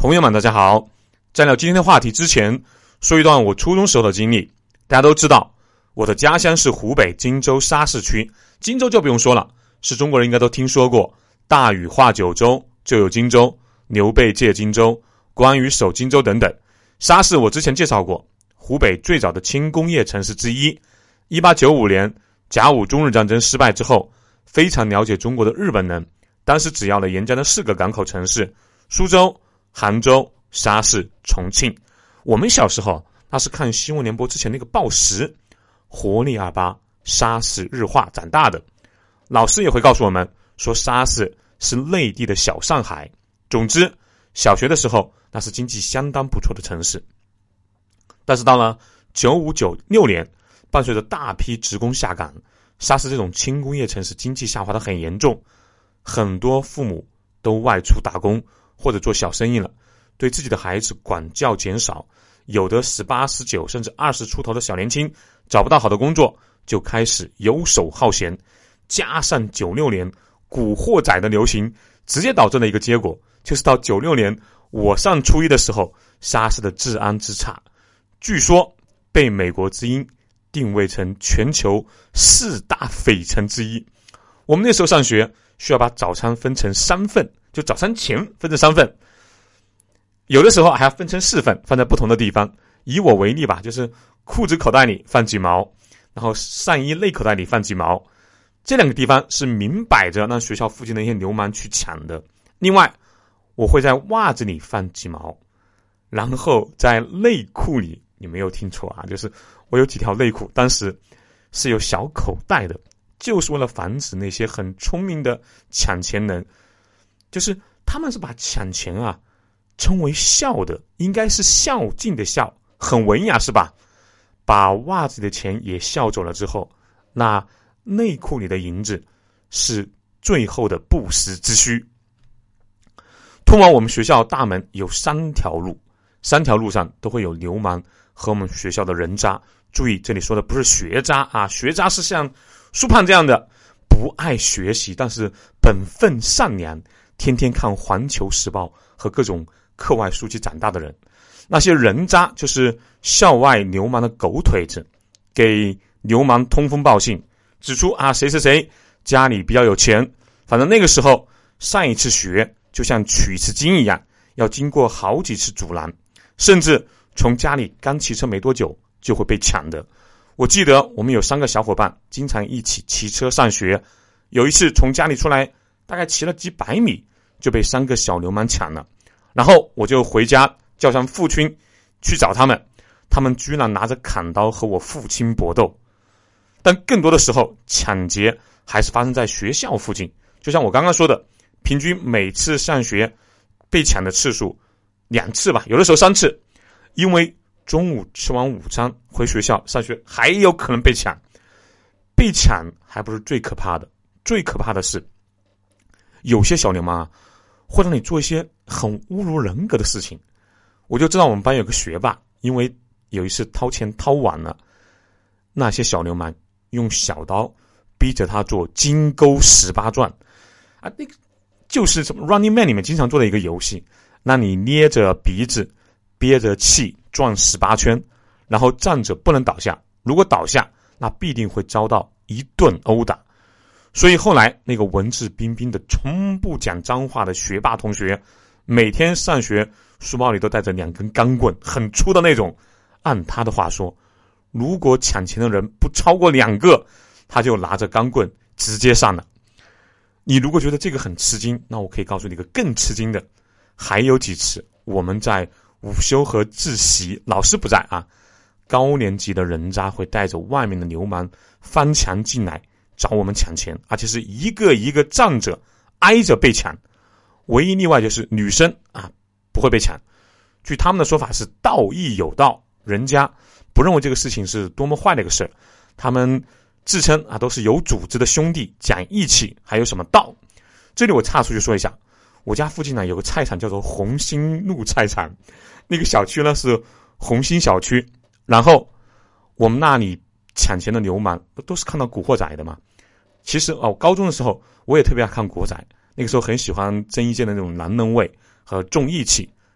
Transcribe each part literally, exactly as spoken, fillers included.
朋友们大家好，在聊今天的话题之前，说一段我初中时候的经历。大家都知道我的家乡是湖北荆州沙市区，荆州就不用说了，是中国人应该都听说过，大禹划九州就有荆州，刘备借荆州，关羽守荆州等等。沙市我之前介绍过，湖北最早的轻工业城市之一。一八九五年甲午中日战争失败之后，非常了解中国的日本人当时只要了沿江的四个港口城市：苏州、杭州、沙市、重庆。我们小时候那是看新闻联播之前那个报时，活力二八，沙市日化长大的。老师也会告诉我们说，沙市是内地的小上海。总之，小学的时候那是经济相当不错的城市。但是到了九五九六年，伴随着大批职工下岗，沙市这种轻工业城市经济下滑得很严重，很多父母都外出打工或者做小生意了，对自己的孩子管教减少，有的十八、十九甚至二十出头的小年轻找不到好的工作，就开始游手好闲。加上九六年古惑仔的流行，直接导致了一个结果，就是到九六年我上初一的时候，沙市的治安之差，据说被美国之音定位成全球四大匪城之一。我们那时候上学需要把早餐分成三份，就早餐钱分成三份，有的时候还要分成四份，放在不同的地方。以我为例吧，就是裤子口袋里放几毛，然后上衣内口袋里放几毛，这两个地方是明摆着让学校附近的一些流氓去抢的。另外我会在袜子里放几毛，然后在内裤里，你没有听错啊，就是我有几条内裤当时是有小口袋的，就是为了防止那些很聪明的抢钱人，就是他们是把抢钱啊称为孝的，应该是孝敬的孝，很文雅是吧？把袜子的钱也孝走了之后，那内裤里的银子是最后的不时之需。通往我们学校大门有三条路，三条路上都会有流氓和我们学校的人渣。注意，这里说的不是学渣啊，学渣是像苏胖这样的不爱学习但是本分善良，天天看环球时报和各种课外书籍长大的人。那些人渣就是校外流氓的狗腿子，给流氓通风报信，指出啊谁谁谁家里比较有钱，反正那个时候上一次学就像取一次经一样，要经过好几次阻拦，甚至从家里刚骑车没多久就会被抢的。我记得我们有三个小伙伴经常一起骑车上学，有一次从家里出来大概骑了几百米就被三个小流氓抢了，然后我就回家叫上父亲去找他们，他们居然拿着砍刀和我父亲搏斗。但更多的时候抢劫还是发生在学校附近，就像我刚刚说的，平均每次上学被抢的次数两次吧，有的时候三次，因为中午吃完午餐回学校上学还有可能被抢。被抢还不是最可怕的，最可怕的是有些小流氓啊会让你做一些很侮辱人格的事情。我就知道我们班有个学霸，因为有一次掏钱掏完了，那些小流氓用小刀逼着他做金钩十八转啊，那个就是什么 Running Man 里面经常做的一个游戏，那你捏着鼻子憋着气转十八圈，然后站着不能倒下，如果倒下那必定会遭到一顿殴打。所以后来那个文质彬彬的从不讲脏话的学霸同学，每天上学书包里都带着两根钢棍，很粗的那种。按他的话说，如果抢钱的人不超过两个，他就拿着钢棍直接上了。你如果觉得这个很吃惊，那我可以告诉你一个更吃惊的，还有几次我们在午休和自习，老师不在啊，高年级的人渣会带着外面的流氓翻墙进来找我们抢钱，而且是一个一个站着挨着被抢。唯一例外就是女生啊不会被抢，据他们的说法是道义有道，人家不认为这个事情是多么坏的一个事，他们自称啊都是有组织的兄弟，讲义气，还有什么道。这里我岔出去说一下，我家附近呢有个菜场叫做红星路菜场，那个小区呢是红星小区，然后我们那里抢钱的流氓都是看到古惑仔的嘛。其实哦，高中的时候我也特别爱看国仔，那个时候很喜欢郑伊健的那种男人味和重义气，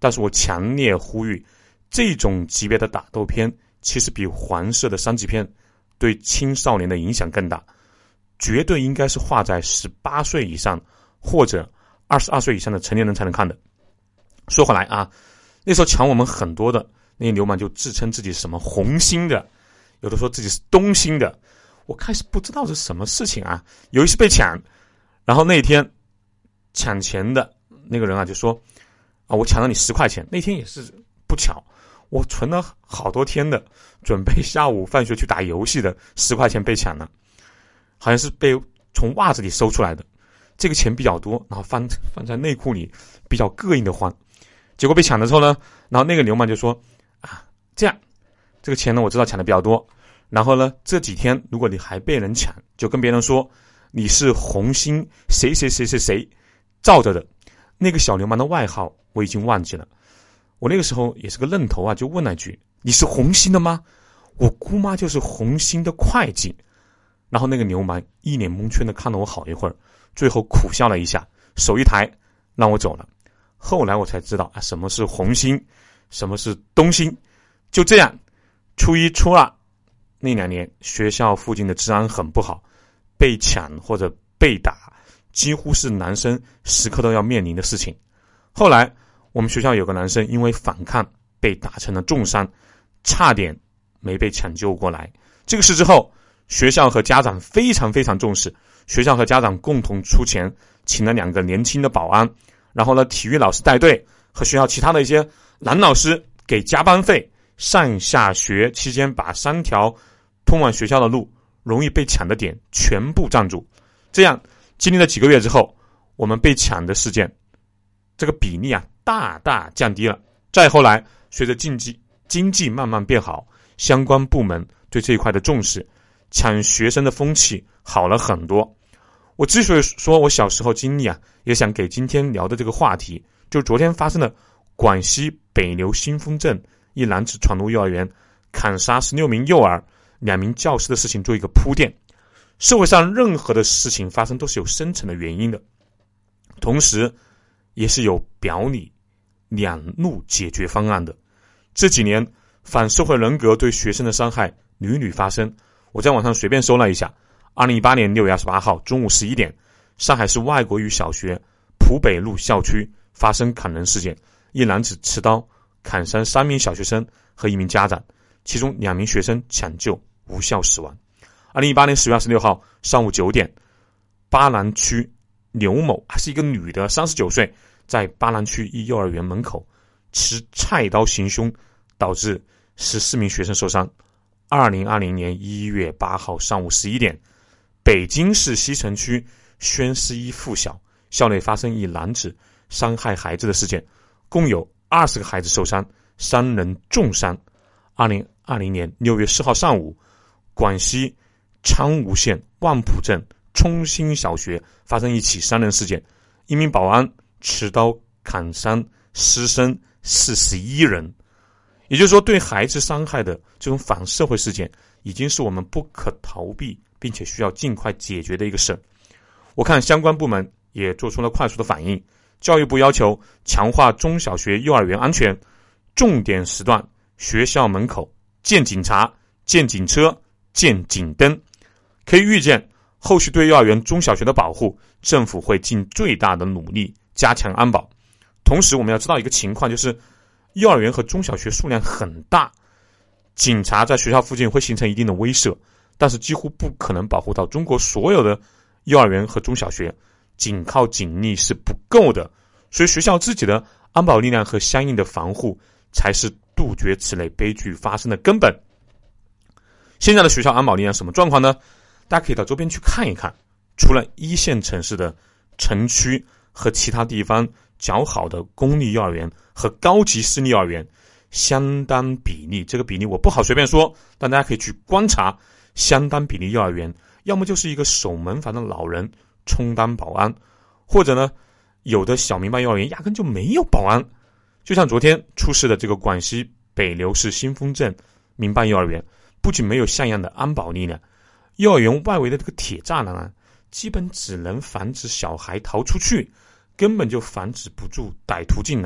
但是我强烈呼吁，这种级别的打斗片其实比黄色的三级片对青少年的影响更大，绝对应该是画在十八岁以上或者二十二岁以上的成年人才能看的。说回来啊，那时候抢我们很多的那些流氓就自称自己是什么红星的，有的说自己是东星的，我开始不知道是什么事情啊。有一次被抢，然后那天抢钱的那个人啊就说啊，我抢了你十块钱。那天也是不巧，我存了好多天的，准备下午放学去打游戏的十块钱被抢了，好像是被从袜子里搜出来的。这个钱比较多，然后放放在内裤里，比较膈应的慌。结果被抢的时候呢，然后那个流氓就说啊，这样，这个钱呢我知道抢的比较多，然后呢这几天如果你还被人抢，就跟别人说你是红星谁谁谁谁谁罩着的。那个小流氓的外号我已经忘记了，我那个时候也是个愣头啊，就问了一句，你是红星的吗？我姑妈就是红星的会计。然后那个流氓一脸蒙圈的看了我好一会儿，最后苦笑了一下，手一抬让我走了。后来我才知道啊，什么是红星，什么是东星。就这样，初一初二那两年，学校附近的治安很不好，被抢或者被打几乎是男生时刻都要面临的事情。后来我们学校有个男生因为反抗被打成了重伤，差点没被抢救过来。这个事之后，学校和家长非常非常重视，学校和家长共同出钱请了两个年轻的保安，然后呢体育老师带队，和学校其他的一些男老师给加班费，上下学期间把三条通往学校的路容易被抢的点全部占住。这样经历了几个月之后，我们被抢的事件这个比例啊大大降低了。再后来随着经济经济慢慢变好，相关部门对这一块的重视，抢学生的风气好了很多。我之所以说我小时候经历啊，也想给今天聊的这个话题，就是昨天发生的广西北流新丰镇一男子闯入幼儿园砍杀十六名幼儿两名教师的事情做一个铺垫。社会上任何的事情发生都是有深层的原因的，同时也是有表里两路解决方案的。这几年反社会人格对学生的伤害屡屡发生。我在网上随便搜了一下，二零一八年六月二十八号中午十一点，上海市外国语小学浦北路校区发生砍人事件，一男子持刀砍伤三名小学生和一名家长，其中两名学生抢救无效死亡。二零一八年十月二十六号上午九点，巴南区刘某还是一个女的，三十九岁，在巴南区一幼儿园门口持菜刀行凶，导致十四名学生受伤。二零二零年一月八号上午十一点，北京市西城区宣思一附小校内发生一男子伤害孩子的事件，共有二十个孩子受伤，三人重伤。二零二零年六月四号上午，广西昌吴县万浦镇冲新小学发生一起伤人事件，一名保安持刀砍伤师生四十一人。也就是说，对孩子伤害的这种反社会事件已经是我们不可逃避并且需要尽快解决的一个事。我看相关部门也做出了快速的反应，教育部要求强化中小学幼儿园安全，重点时段学校门口建警察、建警车、建警灯。可以预见，后续对幼儿园中小学的保护，政府会尽最大的努力加强安保。同时我们要知道一个情况，就是幼儿园和中小学数量很大，警察在学校附近会形成一定的威慑，但是几乎不可能保护到中国所有的幼儿园和中小学，仅靠警力是不够的，所以学校自己的安保力量和相应的防护才是杜绝此类悲剧发生的根本。现在的学校安保力量什么状况呢？大家可以到周边去看一看，除了一线城市的城区和其他地方较好的公立幼儿园和高级私立幼儿园，相当比例，这个比例我不好随便说，但大家可以去观察，相当比例幼儿园要么就是一个守门房的老人充当保安，或者呢有的小民办幼儿园压根就没有保安。就像昨天出事的这个广西北流市新丰镇民办幼儿园，不仅没有像样的安保力量，幼儿园外围的这个铁栅栏啊，基本只能防止小孩逃出去，根本就防止不住歹徒进来，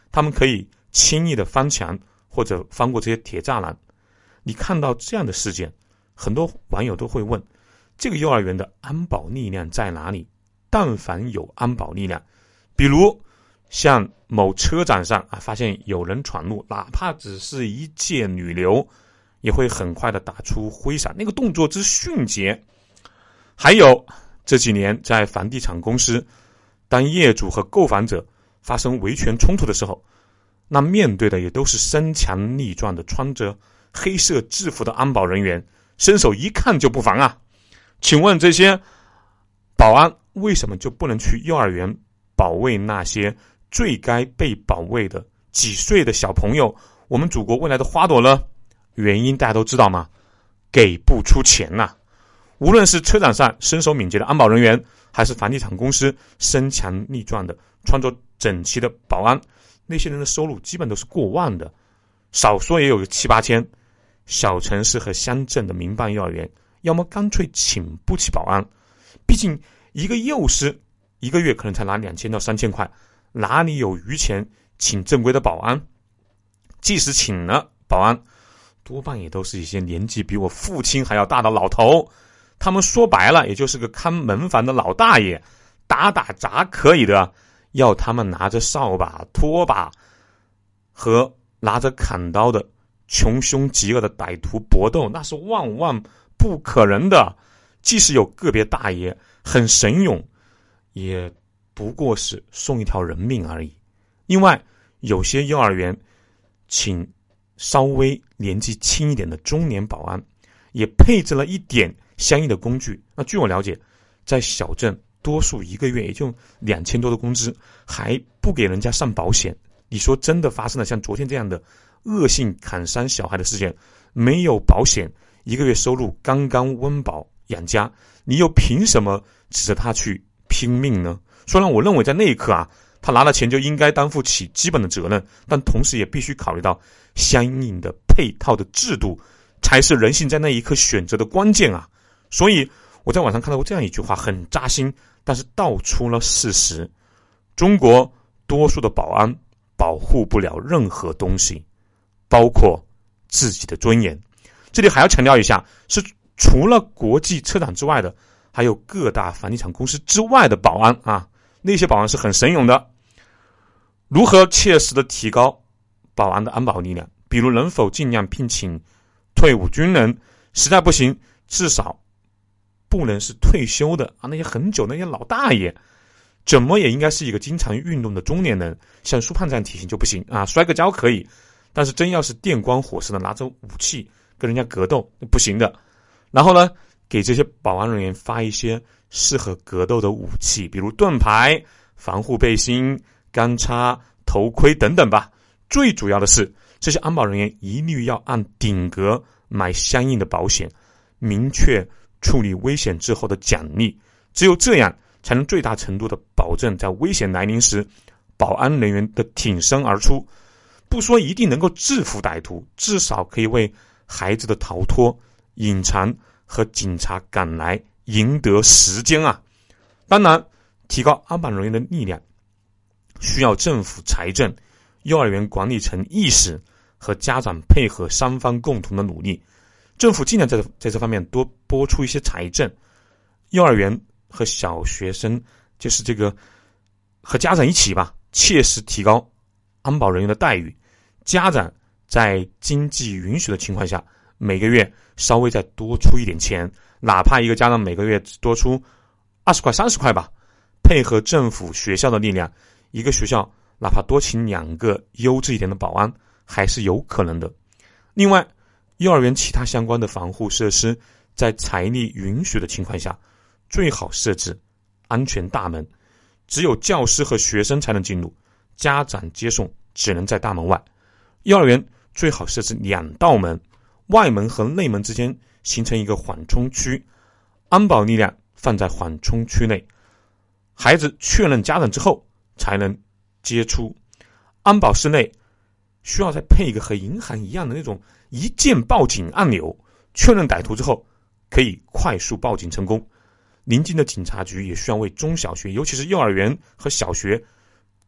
他们可以轻易的翻墙或者翻过这些铁栅栏。你看到这样的事件，很多网友都会问，这个幼儿园的安保力量在哪里？但凡有安保力量，比如像某车展上啊，发现有人闯入，哪怕只是一介女流，也会很快的打出挥伞，那个动作之迅捷。还有这几年在房地产公司，当业主和购房者发生维权冲突的时候，那面对的也都是身强力壮的穿着黑色制服的安保人员，伸手一看就不防啊。请问这些保安为什么就不能去幼儿园保卫那些最该被保卫的几岁的小朋友，我们祖国未来的花朵呢？原因大家都知道吗？给不出钱呐、啊！无论是车展上身手敏捷的安保人员，还是房地产公司身强力壮的穿着整齐的保安，那些人的收入基本都是过万的，少说也有个七八千。小城市和乡镇的民办幼儿园，要么干脆请不起保安，毕竟一个幼师一个月可能才拿两千到三千块，哪里有余钱请正规的保安？即使请了保安，多半也都是一些年纪比我父亲还要大的老头，他们说白了也就是个看门房的老大爷，打打杂可以的，要他们拿着扫把、拖把和拿着砍刀的穷凶极恶的歹徒搏斗，那是万万不可能的。即使有个别大爷很神勇，也不过是送一条人命而已。另外，有些幼儿园请稍微年纪轻一点的中年保安，也配置了一点相应的工具。那据我了解，在小镇多数一个月也就两千多的工资，还不给人家上保险。你说真的发生了像昨天这样的恶性砍伤小孩的事件，没有保险，一个月收入刚刚温饱养家，你又凭什么指着他去拼命呢？虽然我认为在那一刻啊，他拿了钱就应该担负起基本的责任，但同时也必须考虑到相应的配套的制度，才是人性在那一刻选择的关键啊。所以我在网上看到过这样一句话，很扎心，但是道出了事实：中国多数的保安保护不了任何东西，包括自己的尊严。这里还要强调一下，是除了国际车展之外的，还有各大房地产公司之外的保安啊，那些保安是很神勇的。如何切实的提高保安的安保力量？比如能否尽量聘请退伍军人，实在不行至少不能是退休的啊，那些很久那些老大爷，怎么也应该是一个经常运动的中年人，像苏胖这样体型就不行啊，摔个跤可以，但是真要是电光火石的拿着武器跟人家格斗不行的。然后呢，给这些保安人员发一些适合格斗的武器，比如盾牌、防护背心、钢叉、头盔等等吧。最主要的是，这些安保人员一律要按顶格买相应的保险，明确处理危险之后的奖励，只有这样才能最大程度的保证在危险来临时，保安人员的挺身而出。不说一定能够制服歹徒，至少可以为孩子的逃脱、隐藏和警察赶来赢得时间啊！当然，提高安保人员的力量，需要政府、财政、幼儿园管理层意识和家长配合三方共同的努力。政府尽量在在这方面多拨出一些财政，幼儿园和小学生就是这个和家长一起吧，切实提高安保人员的待遇。家长在经济允许的情况下，每个月稍微再多出一点钱，哪怕一个家长每个月只多出二十块、三十块吧，配合政府、学校的力量，一个学校哪怕多请两个优质一点的保安，还是有可能的。另外，幼儿园其他相关的防护设施，在财力允许的情况下，最好设置安全大门，只有教师和学生才能进入，家长接送只能在大门外。幼儿园最好设置两道门，外门和内门之间形成一个缓冲区，安保力量放在缓冲区内，孩子确认家长之后才能接出。安保室内需要再配一个和银行一样的那种一键报警按钮，确认歹徒之后可以快速报警成功。邻近的警察局也需要为中小学，尤其是幼儿园和小学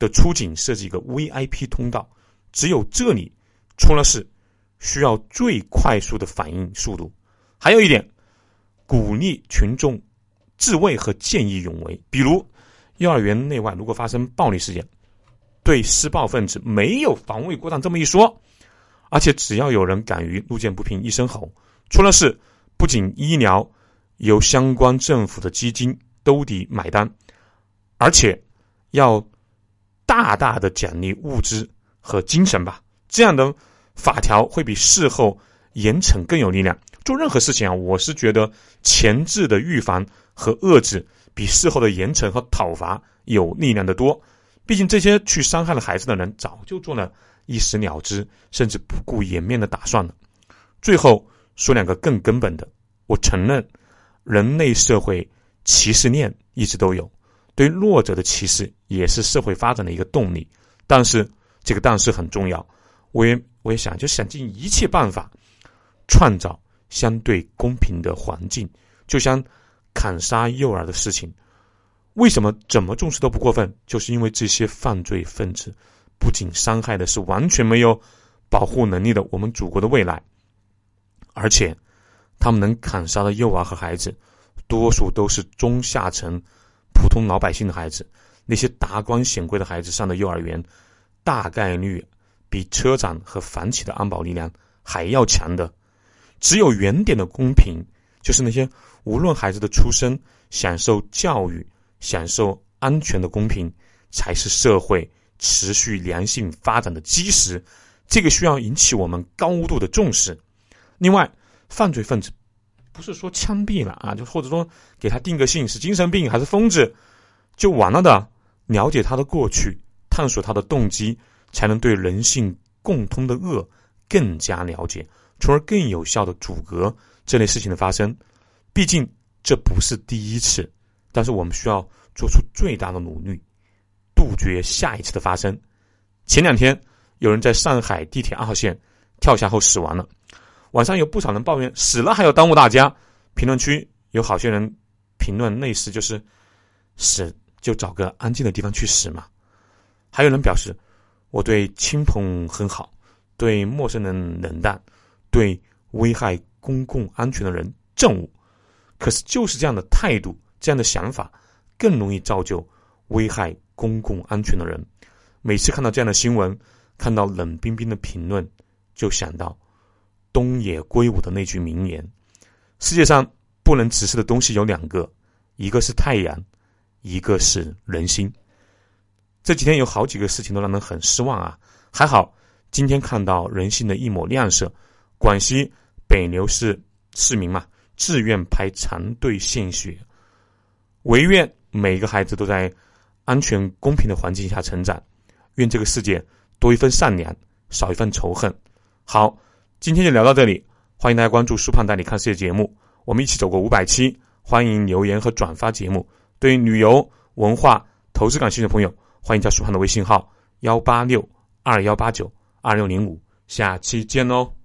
的出境设计一个 V I P 通道，只有这里出了事，需要最快速的反应速度。还有一点，鼓励群众自卫和见义勇为，比如幼儿园内外如果发生暴力事件，对施暴分子没有防卫过当这么一说，而且只要有人敢于路见不平一声吼，出了事不仅医疗由相关政府的基金都得买单，而且要大大的奖励物资和精神吧，这样的法条会比事后严惩更有力量。做任何事情啊，我是觉得前置的预防和遏制比事后的严惩和讨伐有力量的多。毕竟这些去伤害了孩子的人早就做了一死了之甚至不顾颜面的打算了。最后说两个更根本的，我承认人类社会歧视链一直都有，对弱者的歧视也是社会发展的一个动力，但是这个但是很重要，我也我也想就想尽一切办法创造相对公平的环境。就像砍杀幼儿的事情，为什么怎么重视都不过分，就是因为这些犯罪分子不仅伤害的是完全没有保护能力的我们祖国的未来，而且他们能砍杀的幼儿和孩子多数都是中下层普通老百姓的孩子，那些达官显贵的孩子上的幼儿园大概率比车长和房企的安保力量还要强的。只有原点的公平，就是那些无论孩子的出生享受教育享受安全的公平，才是社会持续良性发展的基石，这个需要引起我们高度的重视。另外，犯罪分子不是说枪毙了啊，就或者说给他定个性是精神病还是疯子就完了的，了解他的过去，探索他的动机，才能对人性共通的恶更加了解，从而更有效地阻隔这类事情的发生。毕竟这不是第一次，但是我们需要做出最大的努力，杜绝下一次的发生。前两天有人在上海地铁二号线跳下后死亡了，网上有不少人抱怨死了还要耽误大家，评论区有好些人评论类似就是死就找个安静的地方去死嘛。还有人表示我对亲朋很好，对陌生人冷淡，对危害公共安全的人憎恶。可是就是这样的态度这样的想法更容易造就危害公共安全的人。每次看到这样的新闻，看到冷冰冰的评论，就想到东野圭吾的那句名言，世界上不能直视的东西有两个，一个是太阳，一个是人心。这几天有好几个事情都让人很失望啊，还好今天看到人性的一抹亮色。广西北流市市民嘛，自愿排长队献血，唯愿每个孩子都在安全公平的环境下成长，愿这个世界多一份善良，少一份仇恨。好，今天就聊到这里，欢迎大家关注苏胖带你看世界节目，我们一起走过五百期，欢迎留言和转发节目。对旅游文化投资感兴趣的朋友，欢迎加苏胖的微信号一八六二一八九二六零五，下期见哦。